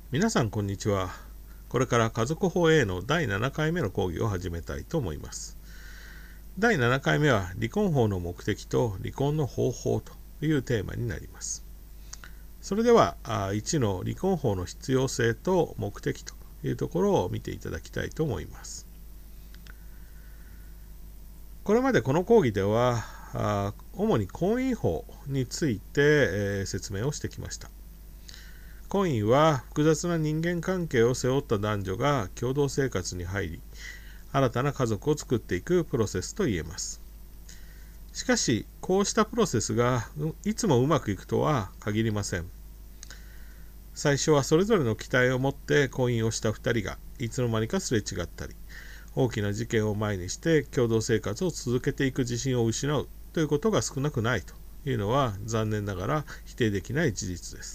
皆さんこんにちは。これから家族法 A の第7回目の講義を始めたいと思います。第7回目は離婚法の目的と離婚の方法というテーマになります。それでは1の離婚法の必要性と目的というところを見ていただきたいと思います。これまでこの講義では主に婚姻法について説明をしてきました。婚姻は複雑な人間関係を背負った男女が共同生活に入り、新たな家族を作っていくプロセスと言えます。しかし、こうしたプロセスがいつもうまくいくとは限りません。最初はそれぞれの期待を持って婚姻をした2人がいつの間にかすれ違ったり、大きな事件を前にして共同生活を続けていく自信を失うということが少なくないというのは残念ながら否定できない事実です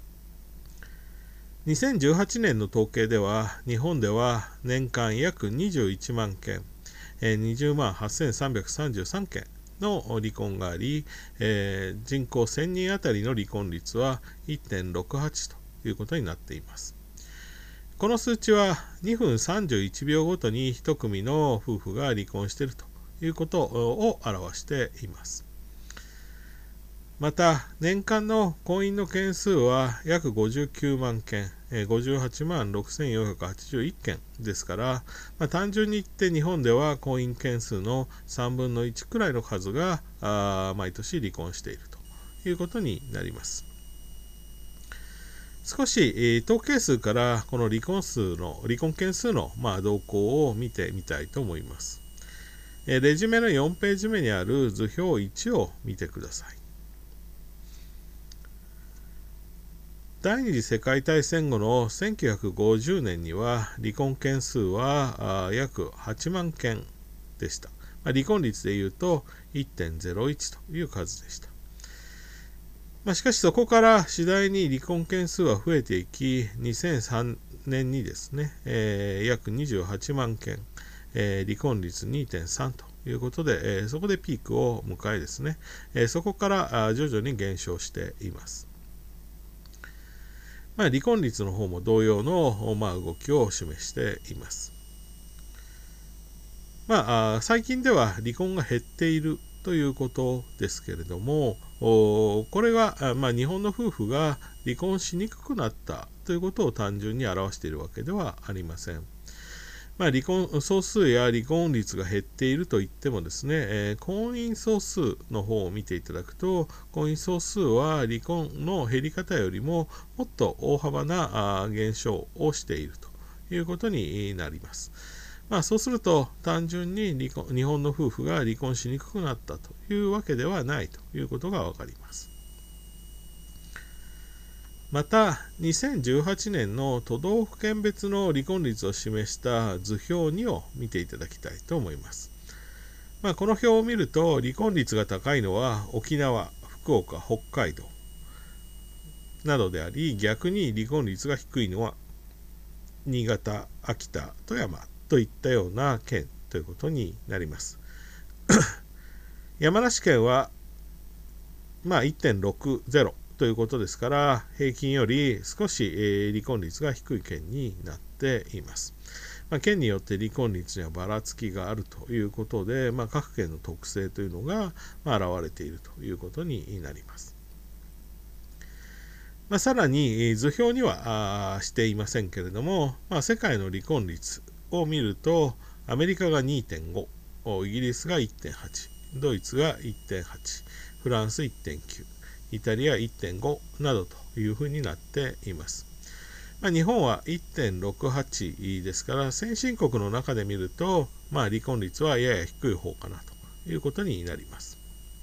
。2018年の統計では、日本では年間約21万件、20万8333件の離婚があり、人口1000人あたりの離婚率は 1.68 ということになっています。この数値は2分31秒ごとに1組の夫婦が離婚しているということを表しています。また、年間の婚姻の件数は約59万件、58万6481件ですから、単純に言って日本では婚姻件数の3分の1くらいの数が毎年離婚しているということになります。少し統計数からこの離婚件数の動向を見てみたいと思います。レジュメの4ページ目にある図表1を見てください。第二次世界大戦後の1950年には離婚件数は約8万件でした。離婚率でいうと 1.01 という数でした。しかしそこから次第に離婚件数は増えていき、2003年にですね、約28万件、離婚率 2.3 ということで、そこでピークを迎えですね、そこから徐々に減少しています。離婚率の方も同様の動きを示しています。最近では離婚が減っているということですけれども、これが日本の夫婦が離婚しにくくなったということを単純に表しているわけではありません。離婚総数や離婚率が減っているといってもですね、婚姻総数の方を見ていただくと、婚姻総数は離婚の減り方よりももっと大幅な減少をしているということになります。そうすると単純に日本の夫婦が離婚しにくくなったというわけではないということがわかります。また、2018年の都道府県別の離婚率を示した図表2を見ていただきたいと思います。この表を見ると、離婚率が高いのは沖縄、福岡、北海道などであり、逆に離婚率が低いのは新潟、秋田、富山といったような県ということになります。山梨県は、1.60ということですから、平均より少し離婚率が低い県になっています。県によって離婚率にはばらつきがあるということで、各県の特性というのが現れているということになります。さらに図表にはしていませんけれども、世界の離婚率を見ると、アメリカが 2.5、イギリスが 1.8、ドイツが 1.8、フランス 1.9、イタリア 1.5 などというふうになっています。日本は 1.68 ですから、先進国の中で見ると、離婚率はやや低い方かなということになります。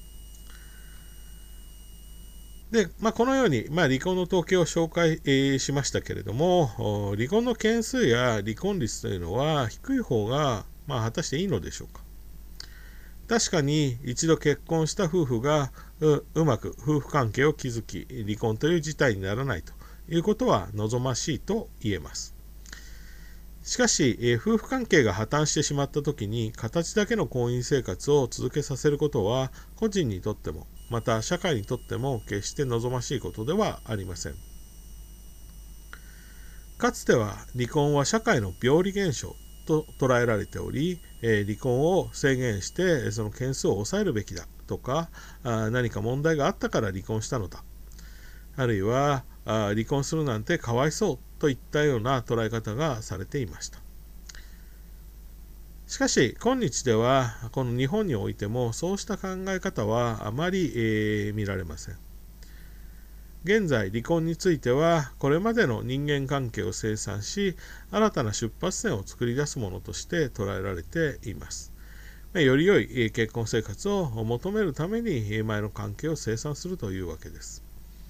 で、このように、離婚の統計を紹介、しましたけれども、離婚の件数や離婚率というのは低い方が、果たしていいのでしょうか。確かに一度結婚した夫婦がうまく夫婦関係を築き、離婚という事態にならないということは望ましいと言えます。しかし、夫婦関係が破綻してしまったときに、形だけの婚姻生活を続けさせることは、個人にとっても、また社会にとっても決して望ましいことではありません。 かつては離婚は社会の病理現象と捉えられており、離婚を制限してその件数を抑えるべきだとか、何か問題があったから離婚したのだ、あるいは離婚するなんてかわいそうといったような捉え方がされていました。しかし今日ではこの日本においてもそうした考え方はあまり、見られません。現在離婚についてはこれまでの人間関係を清算し新たな出発点を作り出すものとして捉えられています。より良い結婚生活を求めるために前の関係を清算するというわけです。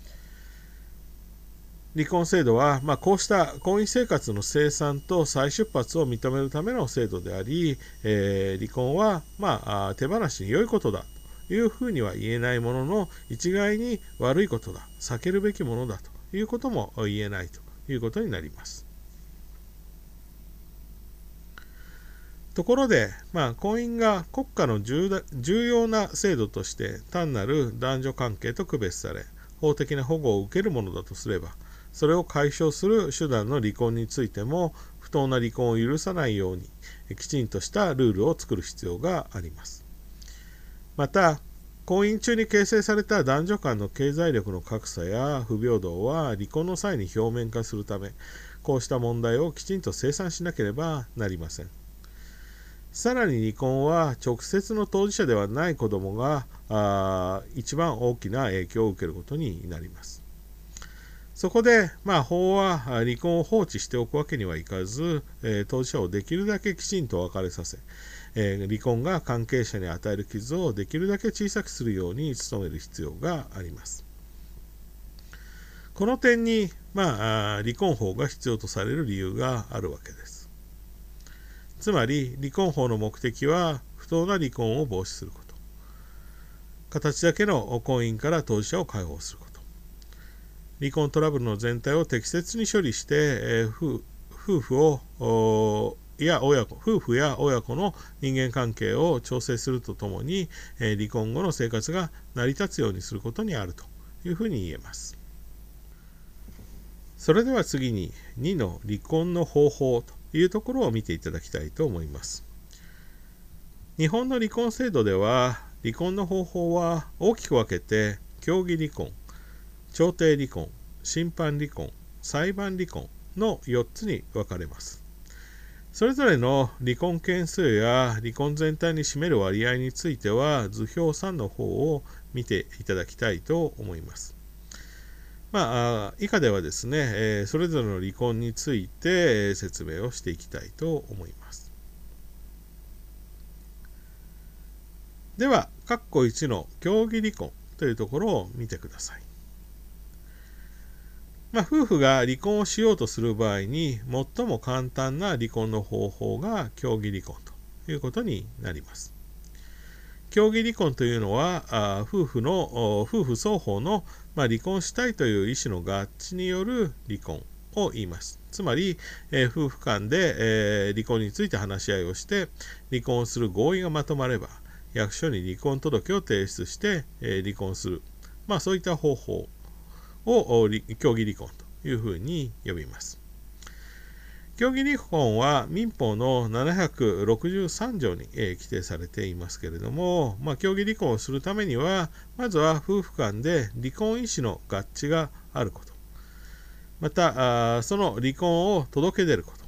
離婚制度は、こうした婚姻生活の清算と再出発を認めるための制度であり、離婚は、手放しに良いことだというふうには言えないものの、一概に悪いことだ、避けるべきものだということも言えないということになります。ところで、婚姻が国家の重要な制度として単なる男女関係と区別され、法的な保護を受けるものだとすれば、それを解消する手段の離婚についても不当な離婚を許さないようにきちんとしたルールを作る必要があります。また婚姻中に形成された男女間の経済力の格差や不平等は離婚の際に表面化するため、こうした問題をきちんと清算しなければなりません。さらに離婚は直接の当事者ではない子どもが一番大きな影響を受けることになります。そこで、法は離婚を放置しておくわけにはいかず、当事者をできるだけきちんと別れさせ、離婚が関係者に与える傷をできるだけ小さくするように努める必要があります。この点に、離婚法が必要とされる理由があるわけです。つまり、離婚法の目的は不当な離婚を防止すること。形だけの婚姻から当事者を解放すること。離婚トラブルの全体を適切に処理して、夫婦や親子の人間関係を調整するとともに、離婚後の生活が成り立つようにすることにあるというふうに言えます。それでは次に2の離婚の方法というところを見ていただきたいと思います。日本の離婚制度では離婚の方法は大きく分けて協議離婚、調停離婚、審判離婚、裁判離婚の4つに分かれます。それぞれの離婚件数や離婚全体に占める割合については図表3の方を見ていただきたいと思います。以下ではですね、それぞれの離婚について説明をしていきたいと思います。では、括弧1の協議離婚というところを見てください。夫婦が離婚をしようとする場合に最も簡単な離婚の方法が協議離婚ということになります。協議離婚というのは夫婦双方の離婚したいという意思の合致による離婚を言います。つまり、夫婦間で、離婚について話し合いをして離婚をする合意がまとまれば役所に離婚届を提出して、離婚する、そういった方法を協議離婚というふうに呼びます。協議離婚は民法の763条に規定されていますけれども、協議離婚をするためにはまずは夫婦間で離婚意思の合致があること、またその離婚を届け出ること、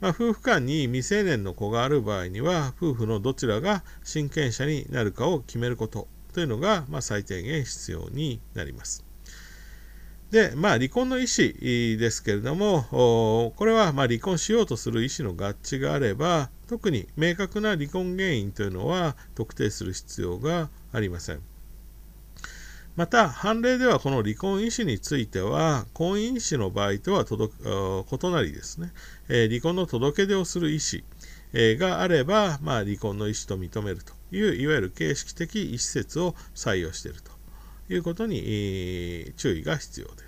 夫婦間に未成年の子がある場合には夫婦のどちらが親権者になるかを決めることというのが最低限必要になります。で、離婚の意思ですけれども、これは離婚しようとする意思の合致があれば、特に明確な離婚原因というのは特定する必要がありません。また、判例ではこの離婚意思については、婚姻意思の場合とは異なりですね、離婚の届け出をする意思があれば、離婚の意思と認めるという、いわゆる形式的意思説を採用しているということに注意が必要です。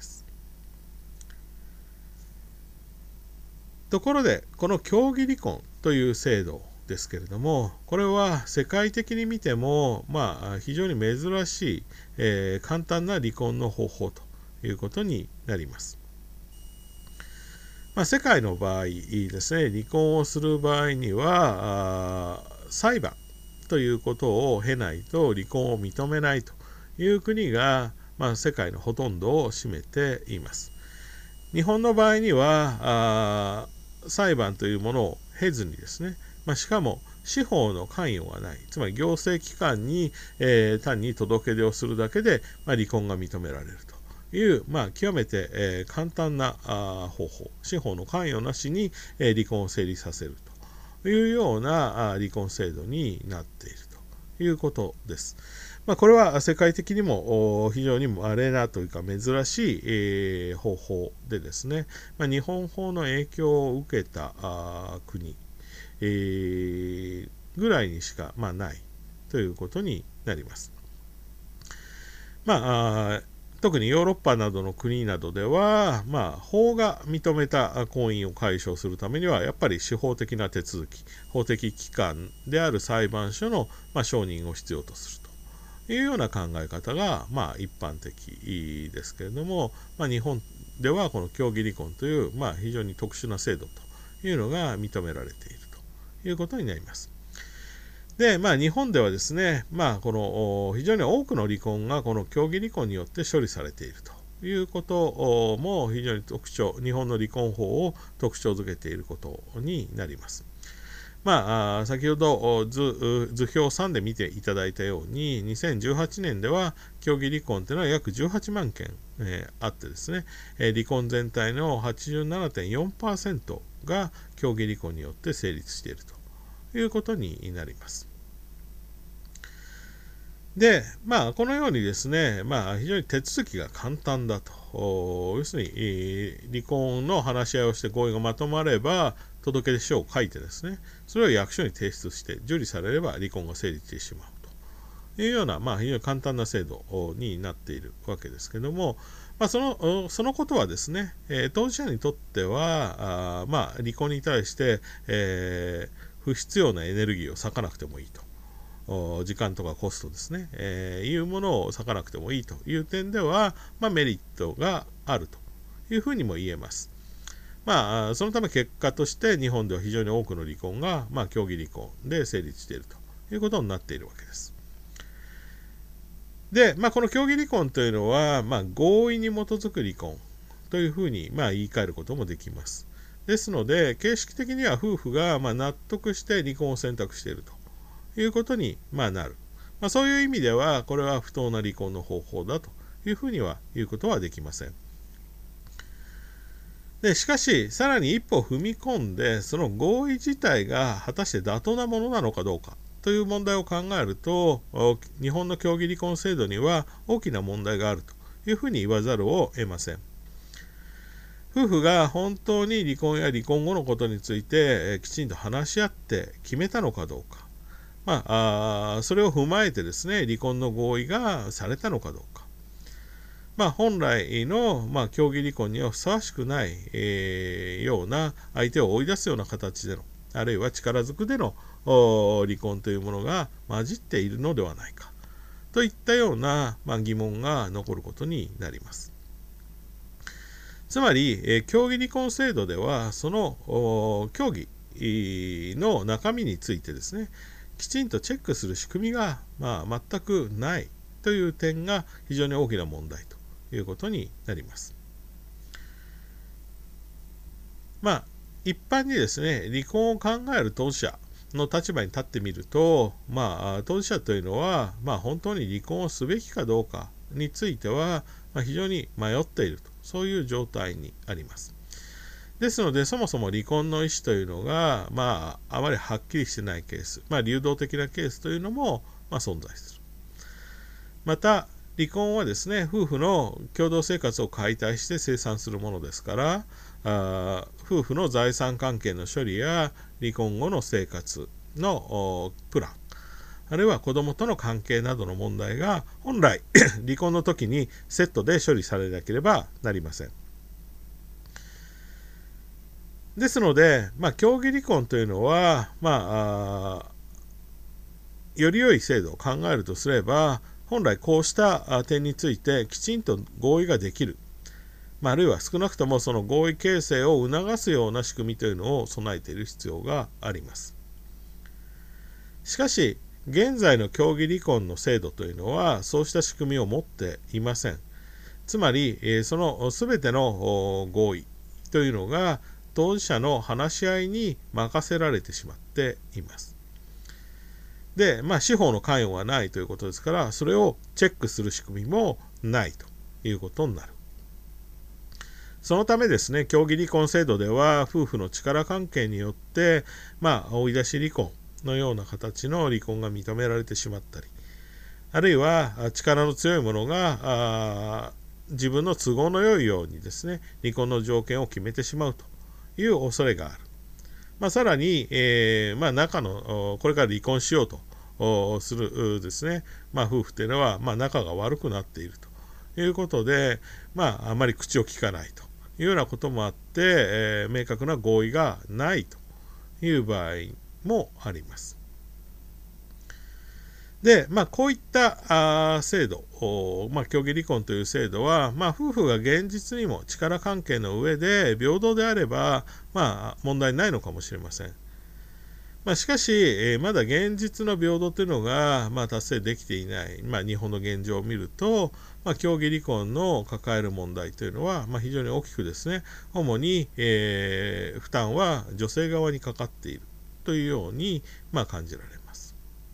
ところで、この協議離婚という制度ですけれども、これは世界的に見ても、非常に珍しい、簡単な離婚の方法ということになります。 世界の場合ですね、離婚をする場合には裁判ということを経ないと離婚を認めないという国が、世界のほとんどを占めています。日本の場合には裁判というものを経ずにですね、しかも司法の関与がない、つまり行政機関に、単に届け出をするだけで、離婚が認められるという、極めて、簡単な方法、司法の関与なしに、離婚を成立させるというような離婚制度になっているということです。これは世界的にも非常に稀なというか珍しい、方法でですね、日本法の影響を受けた国、ぐらいにしか、ないということになります。特にヨーロッパなどの国などでは、法が認めた婚姻を解消するためにはやっぱり司法的な手続き、法的機関である裁判所の、承認を必要とするというような考え方が、一般的ですけれども、日本ではこの協議離婚という、非常に特殊な制度というのが認められているということになります。で、日本ではですね、この非常に多くの離婚がこの協議離婚によって処理されているということも非常に日本の離婚法を特徴づけていることになります。先ほど図表3で見ていただいたように、2018年では協議離婚というのは約18万件、あってですね、離婚全体の 87.4% が協議離婚によって成立しているということになります。で、このようにですね、非常に手続きが簡単だと。要するに、離婚の話し合いをして合意がまとまれば、届出書を書いてですね、それを役所に提出して受理されれば離婚が成立してしまうというような、非常に簡単な制度になっているわけですけども、そのことはですね、当事者にとっては離婚に対して、不必要なエネルギーを割かなくてもいいと。時間とかコストですね、いうものを割かなくてもいいという点では、メリットがあるというふうにも言えます。そのため結果として日本では非常に多くの離婚が、協議離婚で成立しているということになっているわけです。で、この協議離婚というのは、合意に基づく離婚というふうに、言い換えることもできます。ですので、形式的には夫婦が、納得して離婚を選択しているということに、なる。そういう意味では、これは不当な離婚の方法だというふうには言うことはできません。でしかし、さらに一歩踏み込んで、その合意自体が果たして妥当なものなのかどうかという問題を考えると、日本の協議離婚制度には大きな問題があるというふうに言わざるを得ません。夫婦が本当に離婚や離婚後のことについて、きちんと話し合って決めたのかどうか。それを踏まえてですね、離婚の合意がされたのかどうか。本来の、協議離婚にはふさわしくない、ような相手を追い出すような形での、あるいは力ずくでの離婚というものが混じっているのではないかといったような、疑問が残ることになります。つまり、協議離婚制度ではその協議の中身についてですね、きちんとチェックする仕組みが、全くないという点が非常に大きな問題ということになります。一般にですね、離婚を考える当事者の立場に立ってみると、当事者というのは、本当に離婚をすべきかどうかについては、非常に迷っていると、そういう状態にあります。ですので、そもそも離婚の意思というのが、あまりはっきりしてないケース、流動的なケースというのも、存在する。また、離婚はですね、夫婦の共同生活を解体して清算するものですから、夫婦の財産関係の処理や離婚後の生活のプラン、あるいは子供との関係などの問題が本来離婚の時にセットで処理されなければなりません。ですので、協議離婚というのは、より良い制度を考えるとすれば、本来こうした点についてきちんと合意ができる。 あるいは少なくともその合意形成を促すような仕組みというのを備えている必要があります。しかし現在の協議離婚の制度というのはそうした仕組みを持っていません。つまりその全ての合意というのが当事者の話し合いに任せられてしまっています。で、司法の関与がないということですから、それをチェックする仕組みもないということになる。そのためですね、協議離婚制度では夫婦の力関係によって追い出し離婚のような形の離婚が認められてしまったり、あるいは力の強い者が自分の都合の良いようにですね、離婚の条件を決めてしまうという恐れがある。さらに、仲のこれから離婚しようとするですね、夫婦というのは、仲が悪くなっているということで、あまり口を聞かないというようなこともあって、明確な合意がないという場合もあります。で、こういった制度、協議離婚という制度は、夫婦が現実にも力関係の上で平等であれば、問題ないのかもしれません。しかし、まだ現実の平等というのが、達成できていない、日本の現状を見ると、協議離婚の抱える問題というのは、非常に大きくですね、主に、負担は女性側にかかっているというように、感じられます。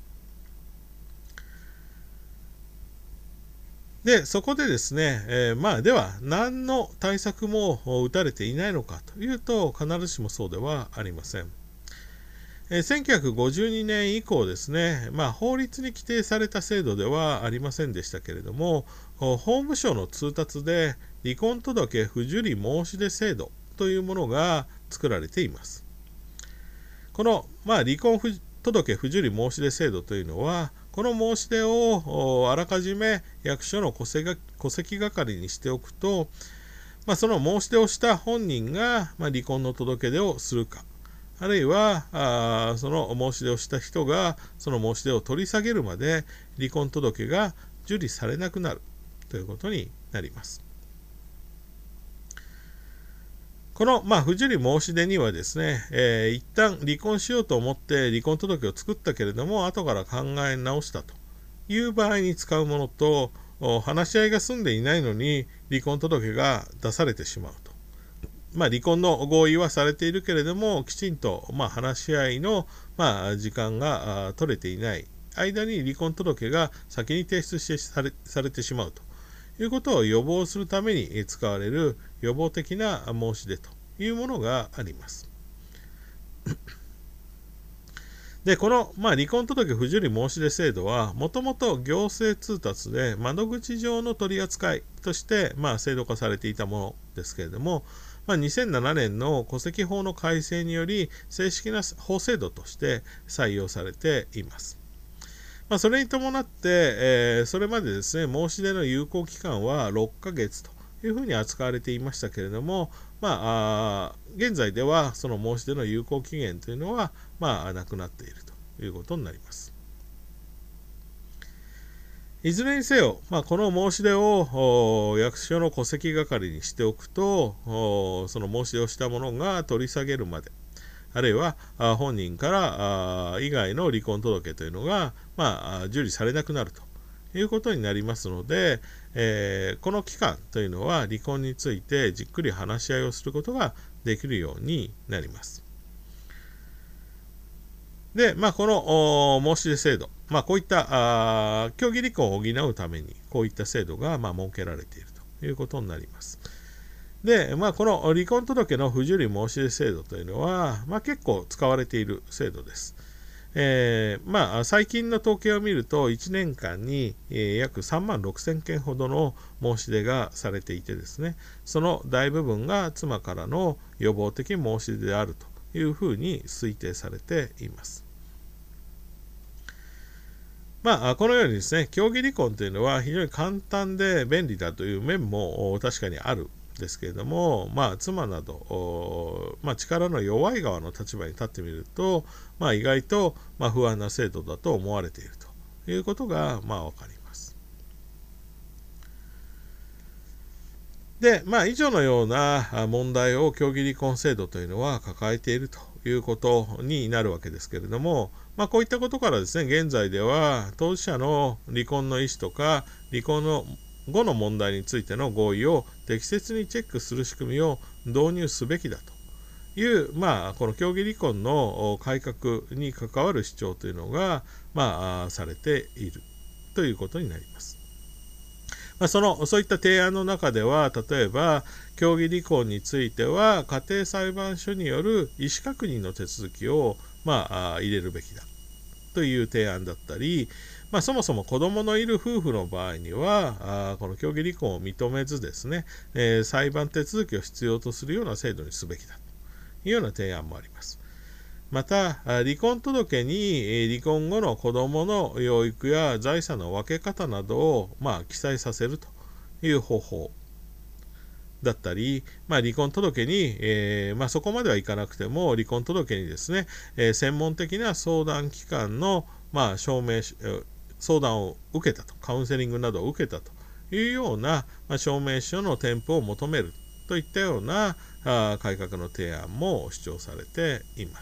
で、そこでですね、では何の対策も打たれていないのかというと、必ずしもそうではありません。1952年以降ですね、法律に規定された制度ではありませんでしたけれども、法務省の通達で離婚届不受理申し出制度というものが作られています。この、離婚届不受理申し出制度というのは、この申し出をあらかじめ役所の戸籍係にしておくと、その申し出をした本人が離婚の届け出をするか、あるいはその申し出をした人がその申し出を取り下げるまで離婚届が受理されなくなるということになります。この、不受理申し出にはですね、一旦離婚しようと思って離婚届を作ったけれども、後から考え直したという場合に使うものと、話し合いが済んでいないのに離婚届が出されてしまうと。離婚の合意はされているけれども、きちんと、話し合いの、時間が取れていない間に離婚届が先に提出されてしまうということを予防するために使われる予防的な申し出というものがあります。で、この、離婚届不受理申し出制度は、もともと行政通達で窓口上の取り扱いとして、制度化されていたものですけれども、2007年の戸籍法の改正により正式な法制度として採用されています。それに伴って、それまでですね、申し出の有効期間は6ヶ月というふうに扱われていましたけれども、現在ではその申し出の有効期限というのは、なくなっているということになります。いずれにせよ、この申し出を役所の戸籍係にしておくと、その申し出をした者が取り下げるまで、あるいは本人から以外の離婚届というのが、受理されなくなるということになりますので、この期間というのは離婚についてじっくり話し合いをすることができるようになります。で、この申し出制度、こういった協議離婚を補うためにこういった制度が設けられているということになります。で、この離婚届の不受理申し出制度というのは、結構使われている制度です。最近の統計を見ると1年間に、約3万6000件ほどの申し出がされていてですね、その大部分が妻からの予防的申し出であるというふうに推定されています。このようにですね、協議離婚というのは非常に簡単で便利だという面も確かにあるんですけれども、妻など、力の弱い側の立場に立ってみると、意外と不安な制度だと思われているということが分かります。 で、以上のような問題を協議離婚制度というのは抱えているということになるわけですけれども、こういったことからですね、現在では当事者の離婚の意思とか離婚の後の問題についての合意を適切にチェックする仕組みを導入すべきだという、この協議離婚の改革に関わる主張というのが、されているということになります。そういった提案の中では、例えば協議離婚については家庭裁判所による意思確認の手続きを、入れるべきだという提案だったり、そもそも子どものいる夫婦の場合にはこの協議離婚を認めずですね、裁判手続きを必要とするような制度にすべきだというような提案もあります。また離婚届に離婚後の子どもの養育や財産の分け方などを記載させるという方法だったり、離婚届に、そこまではいかなくても離婚届にですね、専門的な相談機関の、証明相談を受けたと、カウンセリングなどを受けたというような、証明書の添付を求めるといったような改革の提案も主張されています。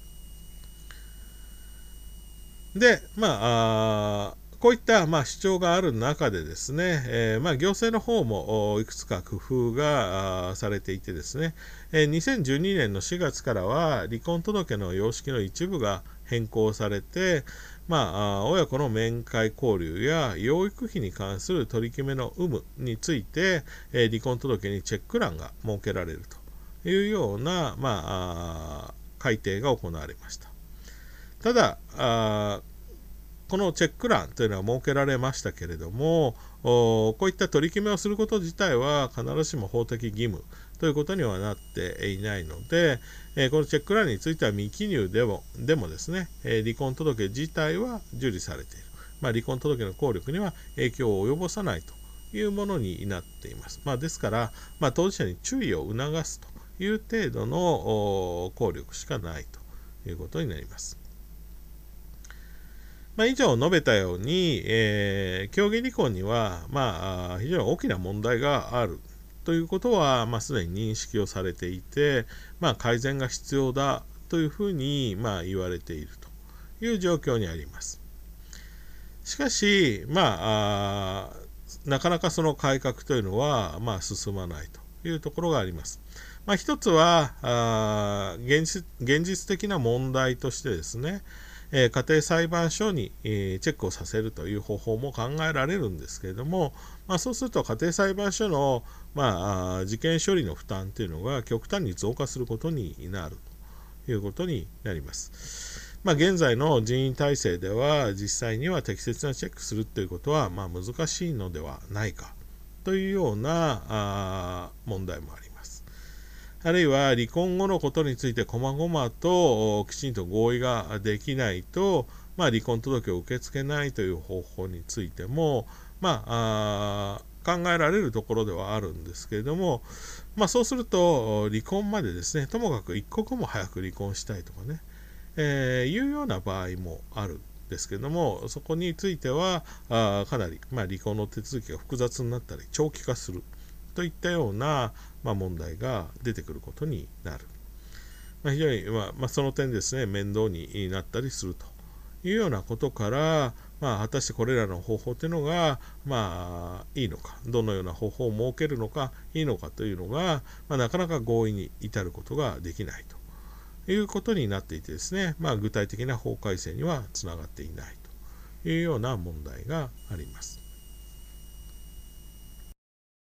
で、こういった主張がある中でですね、行政の方もいくつか工夫がされていてですね、2012年の4月からは離婚届の様式の一部が変更されて、親子の面会交流や養育費に関する取り決めの有無について、離婚届にチェック欄が設けられるというような、改定が行われました。ただこのチェック欄というのは設けられましたけれども、こういった取り決めをすること自体は必ずしも法的義務ということにはなっていないので、このチェック欄については未記入でもですね、離婚届自体は受理されている、離婚届の効力には影響を及ぼさないというものになっています。ですから、当事者に注意を促すという程度の効力しかないということになります。以上述べたように、協議離婚には、非常に大きな問題があるということは、すでに認識をされていて、改善が必要だというふうに、言われているという状況にあります。しかし、なかなかその改革というのは、進まないというところがあります。一つは現実的な問題としてですね、家庭裁判所に、チェックをさせるという方法も考えられるんですけれども、そうすると家庭裁判所の、事件処理の負担というのが極端に増加することになるということになります。現在の人員体制では実際には適切なチェックするということは、難しいのではないかというような問題もあります。あるいは離婚後のことについて細々ときちんと合意ができないと、離婚届を受け付けないという方法についても、考えられるところではあるんですけれども、そうすると離婚までですね、ともかく一刻も早く離婚したいとかね、いうような場合もあるんですけれども、そこについてはかなり、離婚の手続きが複雑になったり長期化するといったような、問題が出てくることになる。非常に、その点ですね、面倒になったりするというようなことから、果たしてこれらの方法というのが、いいのか、どのような方法を設けるのかいいのかというのが、なかなか合意に至ることができないということになっていてですね、具体的な法改正にはつながっていないというような問題があります。